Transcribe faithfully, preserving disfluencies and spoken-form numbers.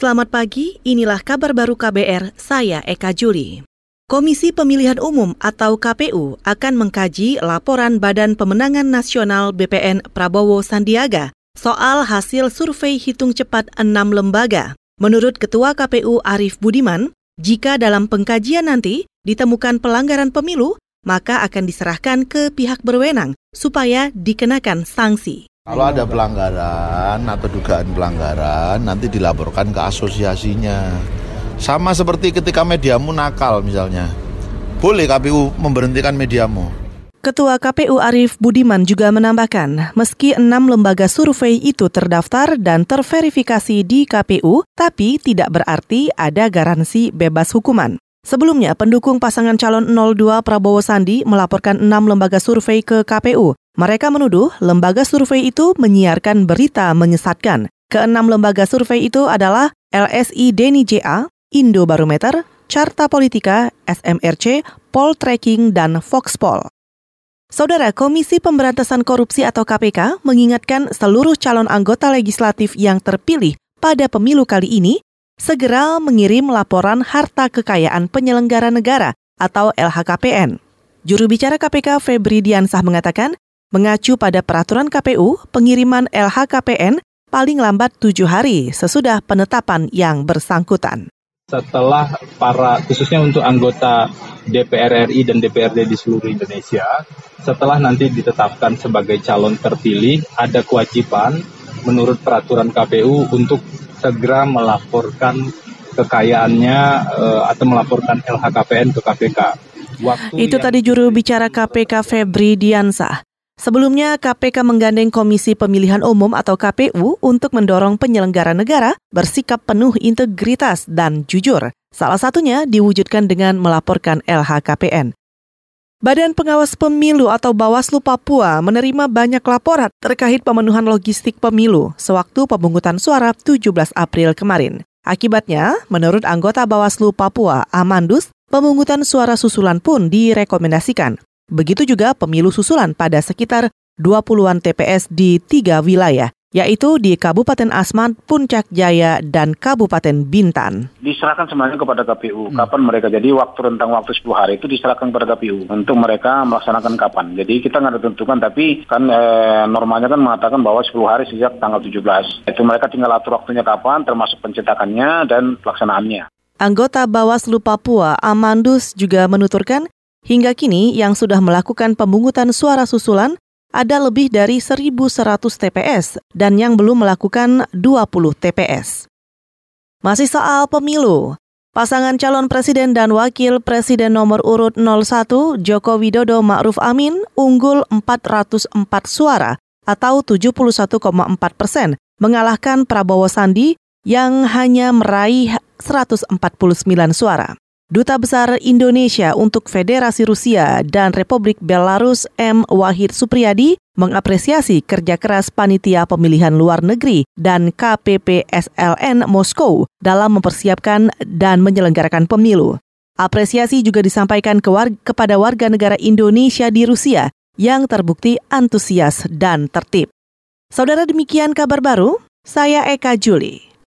Selamat pagi, inilah kabar baru K B R, saya Eka Juli. Komisi Pemilihan Umum atau K P U akan mengkaji laporan Badan Pemenangan Nasional B P N Prabowo Sandiaga soal hasil survei hitung cepat enam lembaga. Menurut Ketua K P U Arief Budiman, jika dalam pengkajian nanti ditemukan pelanggaran pemilu, maka akan diserahkan ke pihak berwenang supaya dikenakan sanksi. Kalau ada pelanggaran atau dugaan pelanggaran, nanti dilaporkan ke asosiasinya. Sama seperti ketika mediamu nakal misalnya. Boleh K P U memberhentikan mediamu. Ketua K P U Arief Budiman juga menambahkan, meski enam lembaga survei itu terdaftar dan terverifikasi di K P U, tapi tidak berarti ada garansi bebas hukuman. Sebelumnya, pendukung pasangan calon nol dua Prabowo Sandi melaporkan enam lembaga survei ke K P U. Mereka menuduh lembaga survei itu menyiarkan berita menyesatkan. Keenam lembaga survei itu adalah L S I Denny J A, Indobarometer, Carta Politika, S M R C, Poltreking, dan Foxpol. Saudara, Komisi Pemberantasan Korupsi atau K P K mengingatkan seluruh calon anggota legislatif yang terpilih pada pemilu kali ini segera mengirim laporan harta kekayaan penyelenggara negara atau L H K P N. Juru bicara K P K Febri Diansah mengatakan, mengacu pada peraturan K P U, pengiriman L H K P N paling lambat tujuh hari sesudah penetapan yang bersangkutan. Setelah para, khususnya untuk anggota D P R R I dan D P R D di seluruh Indonesia, setelah nanti ditetapkan sebagai calon terpilih, ada kewajiban menurut peraturan K P U untuk segera melaporkan kekayaannya uh, atau melaporkan L H K P N ke K P K. Waktu Itu yang... tadi juru bicara K P K Febri Diansah. Sebelumnya, K P K menggandeng Komisi Pemilihan Umum atau K P U untuk mendorong penyelenggara negara bersikap penuh integritas dan jujur. Salah satunya diwujudkan dengan melaporkan L H K P N. Badan Pengawas Pemilu atau Bawaslu Papua menerima banyak laporan terkait pemenuhan logistik pemilu sewaktu pemungutan suara tujuh belas April kemarin. Akibatnya, menurut anggota Bawaslu Papua, Amandus, pemungutan suara susulan pun direkomendasikan. Begitu juga pemilu susulan pada sekitar dua puluhan T P S di tiga wilayah, yaitu di Kabupaten Asmat, Puncak Jaya, dan Kabupaten Bintan. Diserahkan semuanya kepada K P U. Hmm. Kapan mereka, jadi waktu rentang waktu sepuluh hari itu diserahkan kepada K P U untuk mereka melaksanakan kapan. Jadi kita nggak ditentukan, tapi kan eh, normalnya kan mengatakan bahwa sepuluh hari sejak tanggal tujuh belas. Itu mereka tinggal atur waktunya kapan, termasuk pencetakannya dan pelaksanaannya. Anggota Bawaslu Papua, Amandus, juga menuturkan, hingga kini yang sudah melakukan pemungutan suara susulan ada lebih dari seribu seratus T P S dan yang belum melakukan dua puluh T P S. Masih soal pemilu, pasangan calon presiden dan wakil presiden nomor urut nol satu Joko Widodo Ma'ruf Amin unggul empat ratus empat suara atau tujuh puluh satu koma empat persen mengalahkan Prabowo Sandi yang hanya meraih seratus empat puluh sembilan suara. Duta Besar Indonesia untuk Federasi Rusia dan Republik Belarus M. Wahid Supriyadi mengapresiasi kerja keras Panitia Pemilihan Luar Negeri dan K P P S L N Moskow dalam mempersiapkan dan menyelenggarakan pemilu. Apresiasi juga disampaikan ke war- kepada warga negara Indonesia di Rusia yang terbukti antusias dan tertib. Saudara, demikian kabar baru, saya Eka Juli.